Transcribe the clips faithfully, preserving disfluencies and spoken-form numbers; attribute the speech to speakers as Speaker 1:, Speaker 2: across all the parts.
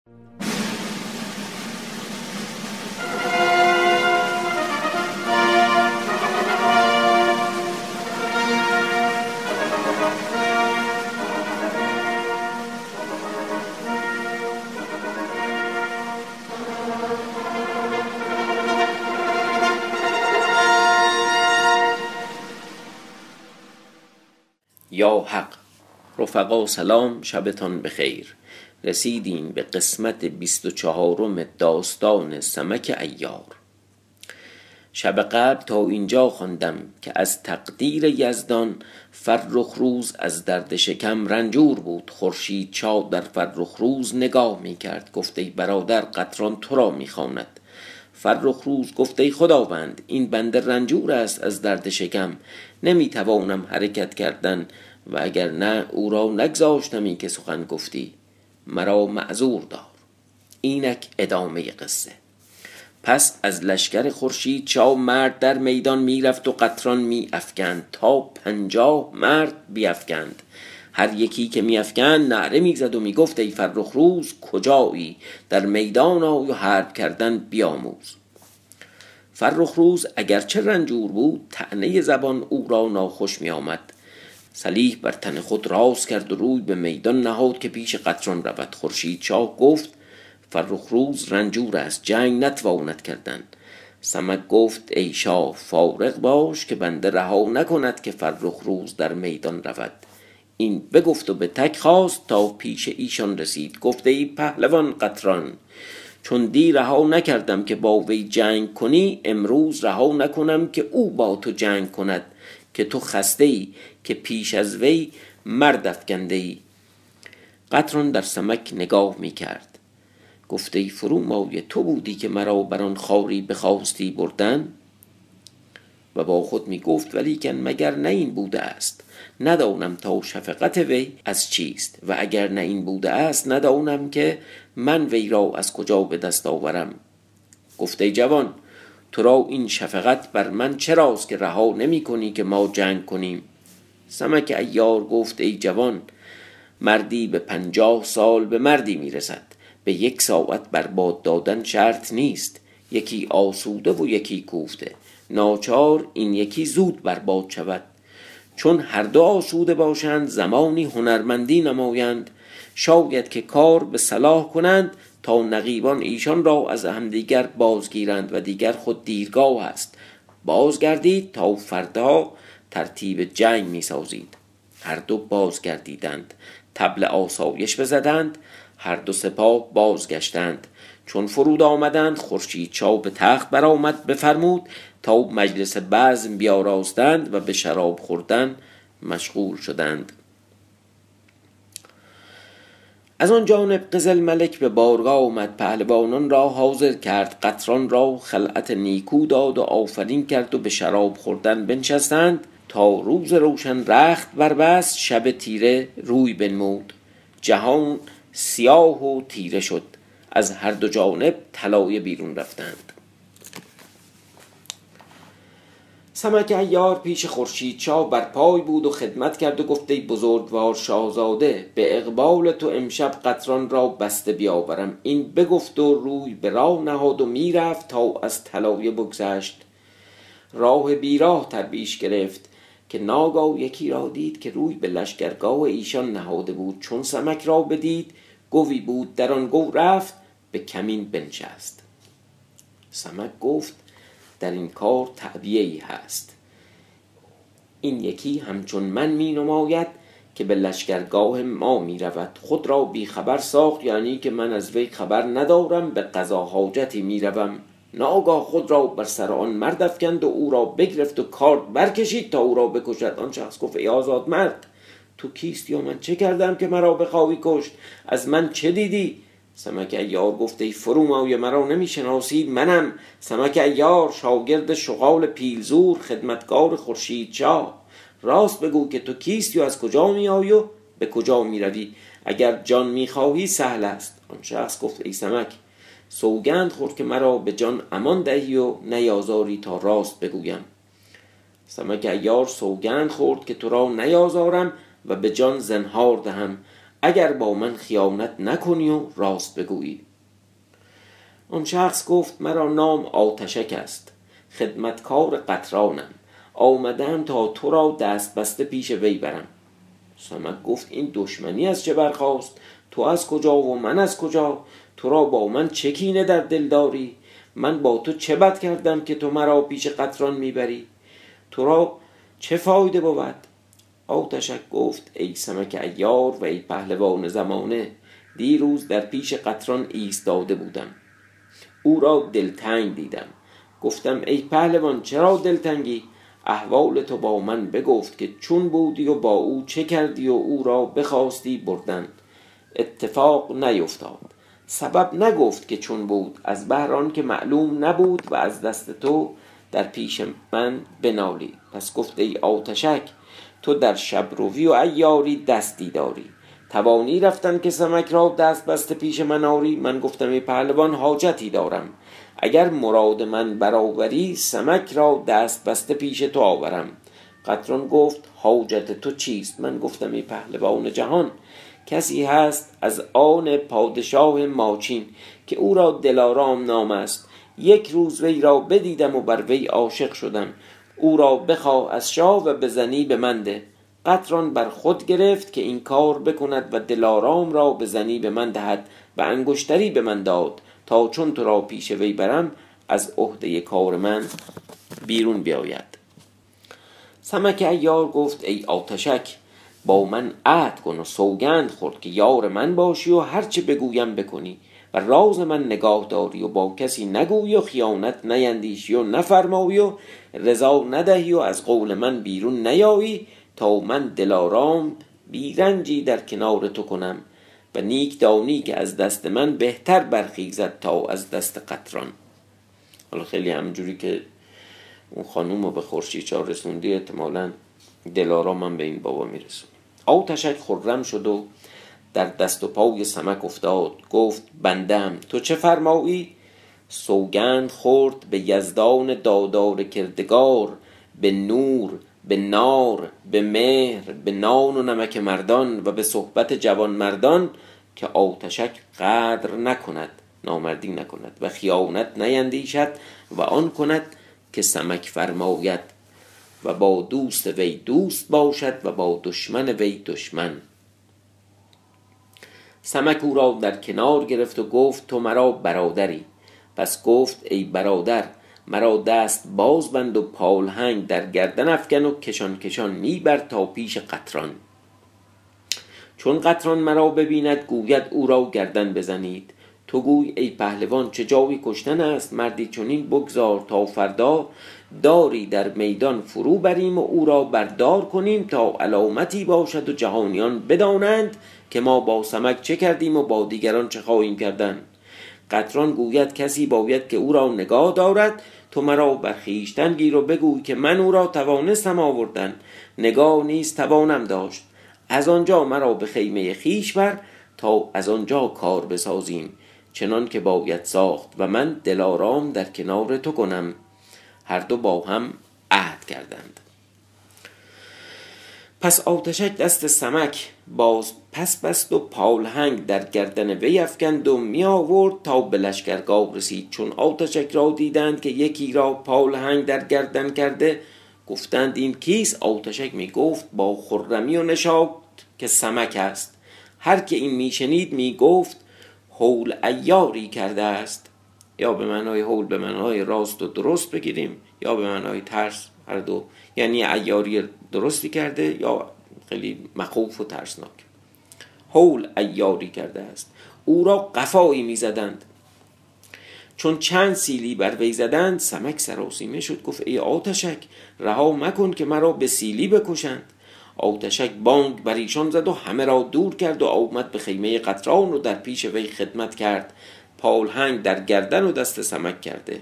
Speaker 1: یا حق رفقا سلام، شبتان بخیر. رسیدیم به قسمت بیست و چهارم داستان سمک عیار. شب قبل تا اینجا خواندم که از تقدیر یزدان فرخ روز از درد شکم رنجور بود. خورشید چا در فرخ روز نگاه می کرد، گفت ای برادر قطران تو را می خواند. فرخ روز گفت ای خداوند این بنده رنجور است از درد شکم، نمی توانم حرکت کردن و اگر نه او را نگذاشتمی که سخن گفتی، مرا معذور دار. اینک ادامه قصه. پس از لشکر خورشید چا مرد در میدان می رفت و قطران می افکند تا پنجاه مرد بی افکند. هر یکی که می افکند نعره می زد و می گفت ای فرخ روز کجایی، در میدان آی و حرب کردن بیاموز. فرخ روز اگرچه رنجور بود، طعنه زبان او را ناخوش می آمد. سلیح بر تن خود راست کرد و روی به میدان نهاد که پیش قطران رود. خورشید چا گفت فرخ روز رنجور است، جنگ نتواند کردن. سمک گفت ای شاه فارغ باش که بنده رها نکند که فرخ روز در میدان رود. این بگفت و به تک خواست تا پیش ایشان رسید. گفت ای پهلوان قطران، چون دی رها نکردم که با وی جنگ کنی، امروز رها نکنم که او با تو جنگ کند، که تو خسته ای که پیش از وی مرد افکنده ای. قطران در سمک نگاه می کرد. گفته ای فرومایه تو بودی که مرا بران خاری بخواستی بردن؟ و با خود می گفت ولیکن مگر نه این بوده است، ندانم تا شفقت وی از چیست، و اگر نه این بوده است ندانم که من وی را از کجا به دست آورم. گفته ای جوان تو را این شفقت بر من چراست که رها نمی کنی که ما جنگ کنیم؟ سمک عیار گفت ای جوان، مردی به پنجاه سال به مردی می رسد، به یک ساعت بر باد دادن شرط نیست. یکی آسوده و یکی کوفته، ناچار این یکی زود بر باد شود. چون هر دو آسوده باشند زمانی هنرمندی نمایند، شاید که کار به صلاح کنند تا نقیبان ایشان را از همدیگر بازگیرند و دیگر خود دیرگاه است. بازگردید تا فردا ترتیب جنگ می سازید. هر دو بازگردیدند، طبل آسایش بزدند، هر دو سپاه بازگشتند. چون فرود آمدند خورشید چا به تخت برآمد، بفرمود تا مجلس بزم بیاراستند و به شراب خوردن مشغول شدند. از آن جانب قزل ملک به بارگاه آمد، پهلوانان را حاضر کرد، قطران را خلعت نیکو داد و آفرین کرد و به شراب خوردن بنشستند تا روز روشن رخت بربست. شب تیره روی بنمود، جهان سیاه و تیره شد، از هر دو جانب طلایه بیرون رفتند. سمک عیار پیش خورشید چا بر پای بود و خدمت کرد و گفت ای بزرگوار شاهزاده، به اقبال تو امشب قطران را بسته بیاورم. این بگفت و روی به راه نهاد و می رفت تا از طلایه بگذشت. راه بیراه تر پیش گرفت که ناگاه یکی را دید که روی به لشکرگاه ایشان نهاده بود. چون سمک را بدید، گوی بود در آن گو رفت به کمین بنشست. سمک گفت در این کار تعبیه‌ای هست. این یکی همچون من می نماید که به لشکرگاه ما می رود، خود را بی خبر ساخت، یعنی که من از وی خبر ندارم، به قضا حاجتی می روم. ناگاه خود را بر سر آن مرد افکند و او را بگرفت و کارد برکشید تا او را بکشد. آن شخص گفت ای آزاد مرد، تو کیستی و من چه کردم که مرا بخواهی کشت؟ از من چه دیدی؟ سمک عیار گفت ای فرومایه مرا نمی شناسی؟ منم سمک عیار، شاگرد شغال پیلزور، خدمتگار خورشید چا. راست بگو که تو کیستی و از کجا می آیی و به کجا می روی؟ اگر جان می خواهی سهل است. آن شخص گفت ای سمک، سوگند خورد که مرا به جان امان دهی و نیازاری تا راست بگویم. سمک عیار سوگند خورد که تو را نیازارم و به جان زنهار دهم، اگر با من خیانت نکنی و راست بگویی. آن شخص گفت مرا نام آتشک است، خدمتکار قطرانم، آمدم تا تو را دست بسته پیش وی برم. سمک گفت این دشمنی از چه برخاست؟ تو از کجا و من از کجا؟ تو را با من چه کینه در دل داری؟ من با تو چه بد کردم که تو مرا پیش قطران میبری؟ تو را چه فایده بود؟ آتشک گفت ای سمک عیار و ای پهلوان زمانه، دیروز در پیش قطران ایستاده بودم، او را دلتنگ دیدم. گفتم ای پهلوان چرا دلتنگی؟ احوال تو با من بگفت که چون بودی و با او چه کردی و او را بخواستی بردن. اتفاق نیفتاد. سبب نگفت که چون بود، از بهر آن که معلوم نبود و از دست تو در پیش من بنالی. پس گفت ای آتشک تو در شبروی و عیاری دستی داری، توانی رفتن که سمک را دست بسته پیش من آری؟ من گفتم ای پهلوان حاجتی دارم، اگر مراد من برآوری سمک را دست بسته پیش تو آورم. قطران گفت حاجت تو چیست؟ من گفتم ای پهلوان جهان، کسی هست از آن پادشاه ماچین که او را دلارام نام است. یک روز وی را بدیدم و بر وی عاشق شدم، او را بخواه از شاه و بزنی به من ده. قطران بر خود گرفت که این کار بکند و دلارام را بزنی به من دهد و انگشتری به من داد تا چون تو را پیش وی برم از عهده کار من بیرون بیاید. سمک عیار گفت ای آتشک با من عهد کن و سوگند خورد که یار من باشی و هرچه بگویم بکنی و راز من نگاه داری و با کسی نگویی و خیانت نیندیشی و نفرمایی و رضا ندهی و از قول من بیرون نیایی تا من دلارام بیرنجی در کنار تو کنم و نیک دانی که از دست من بهتر برخیزد تا از دست قطران. حالا خیلی همجوری که اون خانوم رو به خورشیدچار رسوندی احتمالاً دلارام هم به این بابا میرسون. آتشک خرم شد و در دست و پای سمک افتاد، گفت بندم تو چه فرمایی؟ سوگند خورد به یزدان دادار کردگار، به نور، به نار، به مهر، به نان و نمک مردان و به صحبت جوان مردان که آتشک قدر نکند، نامردی نکند و خیانت نیندیشد و آن کند که سمک فرماید و با دوست وی دوست باشد و با دشمن وی دشمن. سمک او را در کنار گرفت و گفت تو مرا برادری. پس گفت ای برادر مرا دست باز بند و پالهنگ در گردن افکن و کشان کشان میبر تا پیش قطران. چون قطران مرا ببیند گوید او را گردن بزنید. تو گوی ای پهلوان چه جایی کشتن است، مردی چنین بگذار تا فردا داری در میدان فرو بریم و او را بردار کنیم تا علامتی باشد و جهانیان بدانند که ما با سمک چه کردیم و با دیگران چه خواهیم کردن. قطران گوید کسی باید که او را نگاه دارد، تو مرا بر خویشتن گیر و بگوی که من او را توانستم آوردن، نگاه نیز توانم داشت. از آنجا مرا به خیمه خیش بر تا از آنجا کار بسازیم چنان که باید ساخت و من دلارام در کنار تو کنم. هر دو با هم عهد کردند. پس آتشک دست سمک باز پس بست و پالهنگ در گردن وی افکند و می آورد تا به لشکرگاه رسید. چون آتشک را دیدند که یکی را پالهنگ در گردن کرده گفتند این کیست؟ آتشک می گفت با خرمی و نشاط که سمک است. هر که این می شنید می گفت هول عیاری کرده است، یا به معنای هول به معنای راست و درست بگیریم یا به معنای ترس، هر دو، یعنی عیاری درستی کرده یا خیلی مخوف و ترسناک. هول عیاری کرده است. او را قفایی می زدند. چون چند سیلی بر وی زدند سمک سراسیمه شد، گفت ای آتشک رها مکن که مرا به سیلی بکشند. آتشک بانگ بر ایشان زد و همه را دور کرد و آمد به خیمه قطران و در پیش وی خدمت کرد، پالهنگ در گردن و دست سمک کرده.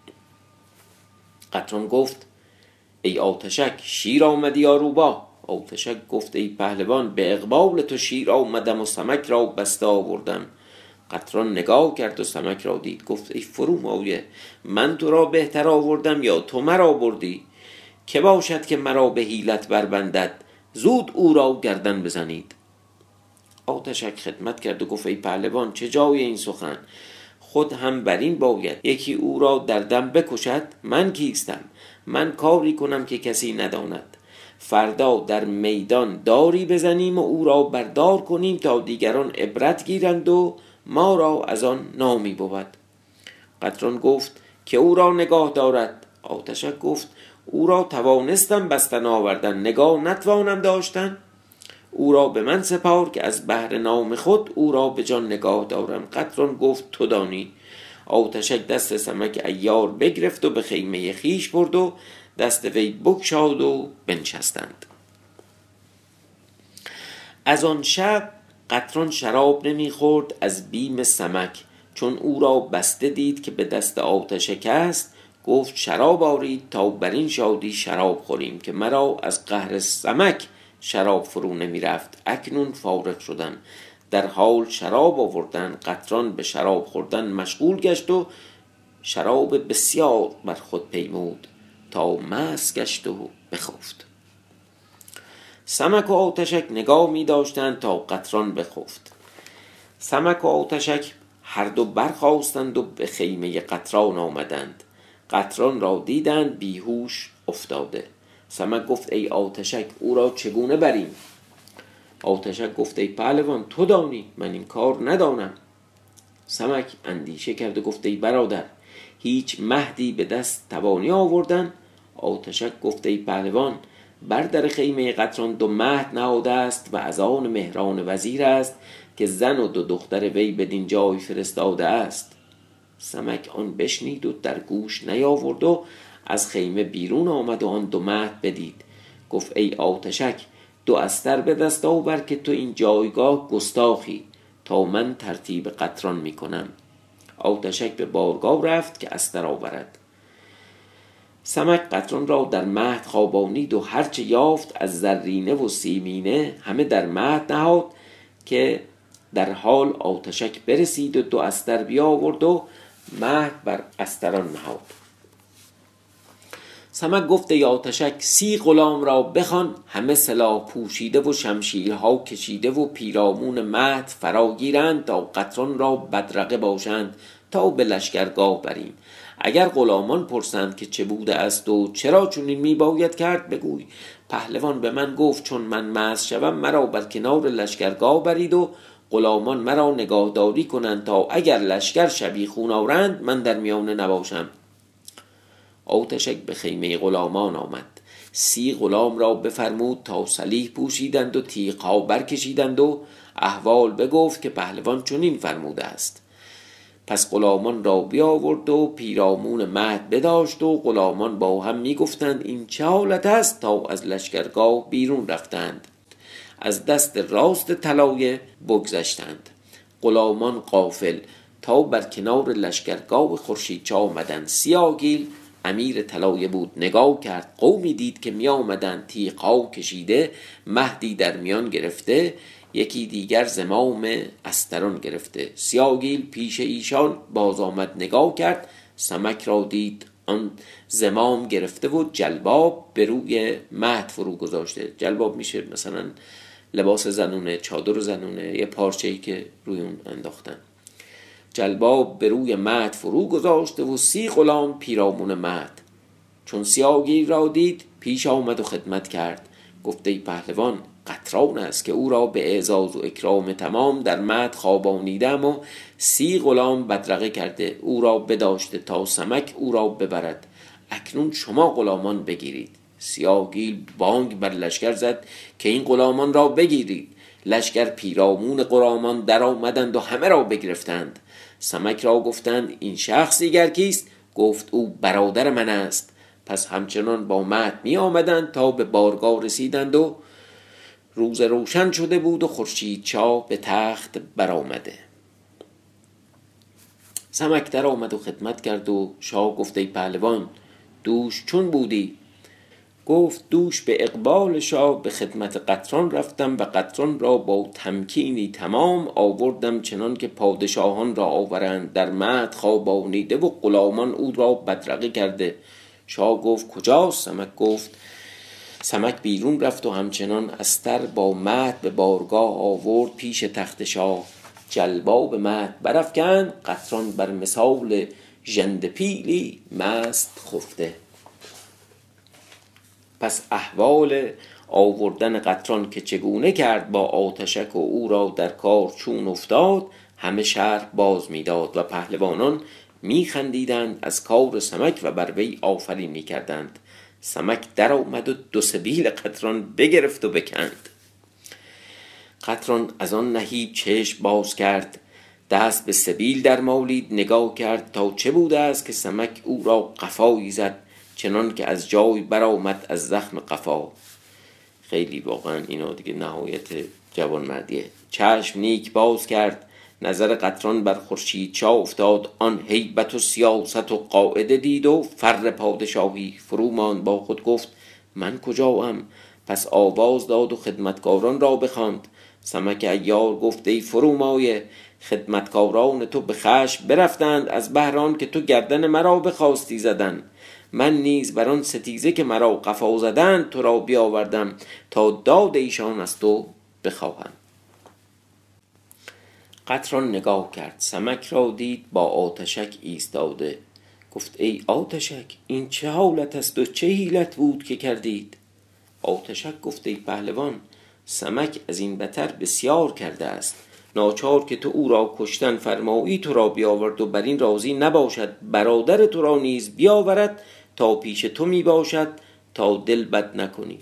Speaker 1: قطران گفت ای آتشک شیر آمدی یا روباه؟ آتشک گفت ای پهلوان به اقبال تو شیر آمدم و سمک را بسته آوردم. قطران نگاه کرد و سمک را دید، گفت ای فرومایه من تو را بهتر آوردم یا تو مرا بردی؟ که باشد که مرا به حیلت بربندد، زود او را گردن بزنید. آتشک خدمت کرد و گفت ای پهلوان چه جای این سخن؟ خود هم بر این باید یکی او را در دم بکشد. من کیستم؟ من کاری کنم که کسی نداند. فردا در میدان داری بزنیم و او را بردار کنیم تا دیگران عبرت گیرند و ما را از آن نامی بود. قطران گفت که او را نگاه دارد. آتشک گفت او را توانستم بستن آوردن، نگاه نتوانم داشتن. او را به من سپار که از بهر نام خود او را به جان نگاه دارم. قطران گفت تو دانی. آتشک دست سمک عیار بگرفت و به خیمه خیش برد و دست وی بگشاد و بنشستند. از آن شب قطران شراب نمیخورد از بیم سمک. چون او را بسته دید که به دست آتشک است، گفت شراب آرید تا بر این شادی شراب خوریم که مرا از قهر سمک شراب فرو نمی رفت. اکنون فارغ شدم. در حال شراب آوردن. قطران به شراب خوردن مشغول گشت و شراب بسیار بر خود پیمود تا مست گشت و بخفت. سمک و آتشک نگاه می داشتند تا قطران بخفت. سمک و آتشک هر دو برخاستند و به خیمه قطران آمدند. قطران را دیدند بیهوش افتاده. سمک گفت ای آتشک او را چگونه بریم؟ آتشک گفت ای پهلوان تو دانی، من این کار ندانم. سمک اندیشه کرد و گفت ای برادر هیچ مهدی به دست توانی آوردن؟ آتشک گفت ای پهلوان بر در خیمه قطران دو مهد نهاده است و از آن مهران وزیر است که زن و دو دختر وی بدین جای فرستاده است. سمک آن بشنید و در گوش نیاورد و از خیمه بیرون آمد و آن دو مهد بدید. گفت ای آتشک دو استر به دست آور که تو این جایگاه گستاخی تا من ترتیب قطران می کنم. آتشک به بارگاه رفت که استر آورد. سمک قطران را در مهد خوابانید و هرچه یافت از زرینه و سیمینه همه در مهد نهاد که در حال آتشک برسید و دو استر بیاورد و مهد بر استران نهاد. سمک گفت ای آتشک سی غلام را بخوان، همه سلاح پوشیده و شمشیرها کشیده و پیرامون مهد فراگیرند تا قطران را بدرقه باشند تا به لشکرگاه بریم. اگر غلامان پرسند که چه بوده است و چرا چنین می باید کرد، بگوی پهلوان به من گفت چون من مست شوم مرا بر کنار لشکرگاه برید و غلامان مرا نگاهداری کنند تا اگر لشکر شبیخون آورند من در میانه نباشم. آتشک به خیمه غلامان آمد. سی غلام را بفرمود تا سلیح پوشیدند و تیغها برکشیدند و احوال بگفت که پهلوان چنین فرموده است. پس غلامان را بیاورد و پیرامون مهد بداشت و غلامان با هم می گفتند این چه حالت است تا از لشکرگاه بیرون رفتند. از دست راست طلایه بگذشتند. غلامان غافل تا بر کنار لشکرگاه خورشیدچا آمدند. سیاگیل امیر طلایه بود. نگاه کرد قومی دید که می آمدند تیغها کشیده، مهدی در میان گرفته، یکی دیگر زمام استران گرفته. سیاگیل پیش ایشان باز آمد، نگاه کرد سمک را دید آن زمام گرفته و جلباب به روی مهد فرو گذاشته. جلباب میشه مثلا لباس زنونه، چادر زنونه، یه پارچه‌ای که روی اون انداختن. جلباب به روی مهد فرو گذاشته و سی غلام پیرامون مهد. چون سیاگیل را دید پیش آمد و خدمت کرد. گفت ای پهلوان قطران است که او را به اعزاز و اکرام تمام در مهد خوابانیدم و سی غلام بدرقه کرده او را بداشته تا سمک او را ببرد. اکنون شما غلامان بگیرید. سیاگیل بانگ بر لشکر زد که این غلامان را بگیرید. لشکر پیرامون غلامان در آمدند و همه را بگرفتند. سمک را گفتند این شخص دیگر کیست؟ گفت او برادر من است. پس همچنان با مهد می آمدند تا به بارگاه رسیدند و روز روشن شده بود و خورشیدچا به تخت برآمده. سمک در آمد و خدمت کرد و شاه گفت ای پهلوان دوش چون بودی؟ گفت دوش به اقبال شاه به خدمت قطران رفتم و قطران را با تمکینی تمام آوردم چنان که پادشاهان را آورند. در مهد خوابانیده و غلامان او را بدرقه کرده. شاه گفت کجاست؟ سمک گفت سمک بیرون رفت و همچنان استر با مهد به بارگاه آورد پیش تخت شاه. جلباب مهد برافکند قطران بر مثال ژنده پیلی مست خفته. پس احوال آوردن قطران که چگونه کرد با آتشک و او را در کار چون افتاد همه شهر باز میداد و پهلوانان میخندیدند از کار سمک و بر وی آفرین میکردند. سمک در آمد و دو سبیل قطران بگرفت و بکند. قطران از آن نهیب چشم باز کرد، دست به سبیل در مالید، نگاه کرد تا چه بوده است که سمک او را قفایی زد چنان که از جای برآمد از زخم قفا. خیلی واقعا اینا دیگه نهایت جوانمردیه. چشم نیک باز کرد، نظر قطران بر خورشید چا افتاد. آن هیبت و سیاست و قاعده دید و فر پادشاهی فرو ماند. با خود گفت من کجاام؟ پس آواز داد و خدمتکاران را بخواند. سمک عیار گفت ای فرومایه، خدمتکاران تو به خشم برفتند از بهر آن که تو گردن مرا بخواستی زدن. من نیز بر آن ستیزه که مرا قفا زدند تو را بیاوردم تا داد ایشان از تو بخواهم. قطران نگاه کرد، سمک را دید با آتشک ایستاده. گفت ای آتشک این چه حالت است و چه حیلت بود که کردید؟ آتشک گفت ای پهلوان، سمک از این بتر بسیار کرده است. ناچار که تو او را کشتن فرمایی تو را بیاورد و بر این راضی نباشد برادر تو را نیز بیاورد تا پیش تو می باشد تا دل بد نکنی.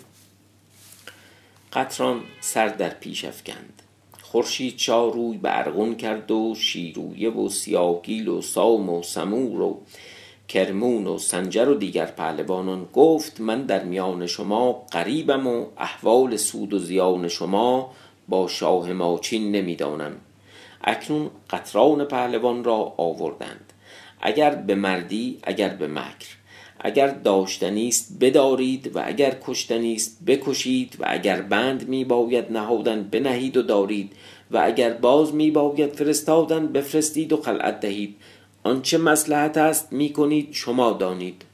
Speaker 1: قطران سر در پیش افکند. خورشید چا روی به ارغون کرد و شیرویه و سیاگیل و سام و سمور و کرمون و سنجر و دیگر پهلوانان گفت من در میان شما غریبم و احوال سود و زیان شما با شاه ماچین نمیدانم. اکنون قطران پهلوان را آوردند، اگر به مردی اگر به مکر، اگر داشتنیست بدارید و اگر کشتنیست بکشید و اگر بند می باید نهادن بنهید و دارید و اگر باز می باید فرستادن بفرستید و خلعت دهید. آنچه مصلحت است می کنید شما دانید.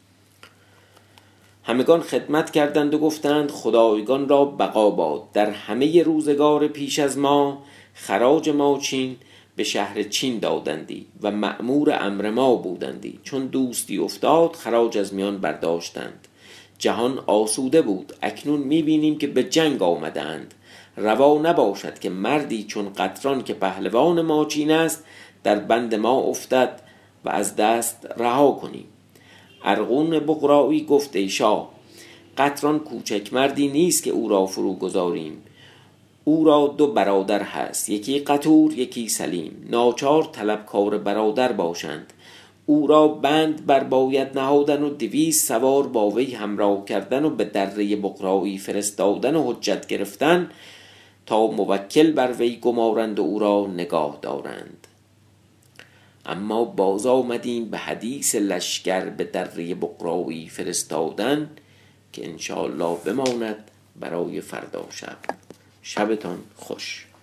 Speaker 1: همگان خدمت کردند و گفتند خدایگان را بقا باد. در همه روزگار پیش از ما خراج ماچین به شهر چین دادندی و مأمور امر ما بودندی. چون دوستی افتاد خراج از میان برداشتند. جهان آسوده بود. اکنون میبینیم که به جنگ آمدند. روا نباشد که مردی چون قطران که پهلوان ماچین است در بند ما افتد و از دست رها کنیم. ارغون بغرایی گفت ای شاه، قطران کوچک مردی نیست که او را فرو گذاریم. او را دو برادر هست، یکی قطور یکی سلیم. ناچار طلبکار برادر باشند. او را بند بر باید نهادن و دویست سوار با وی همراه کردن و به دره بغرایی فرستادن و حجت گرفتن تا موکل بر وی گمارند و او را نگاه دارند. اما باز آمدیم به حدیث لشکر به دره بغرایی فرستادن که انشاءالله بماند برای فردا شب. شبتان خوش.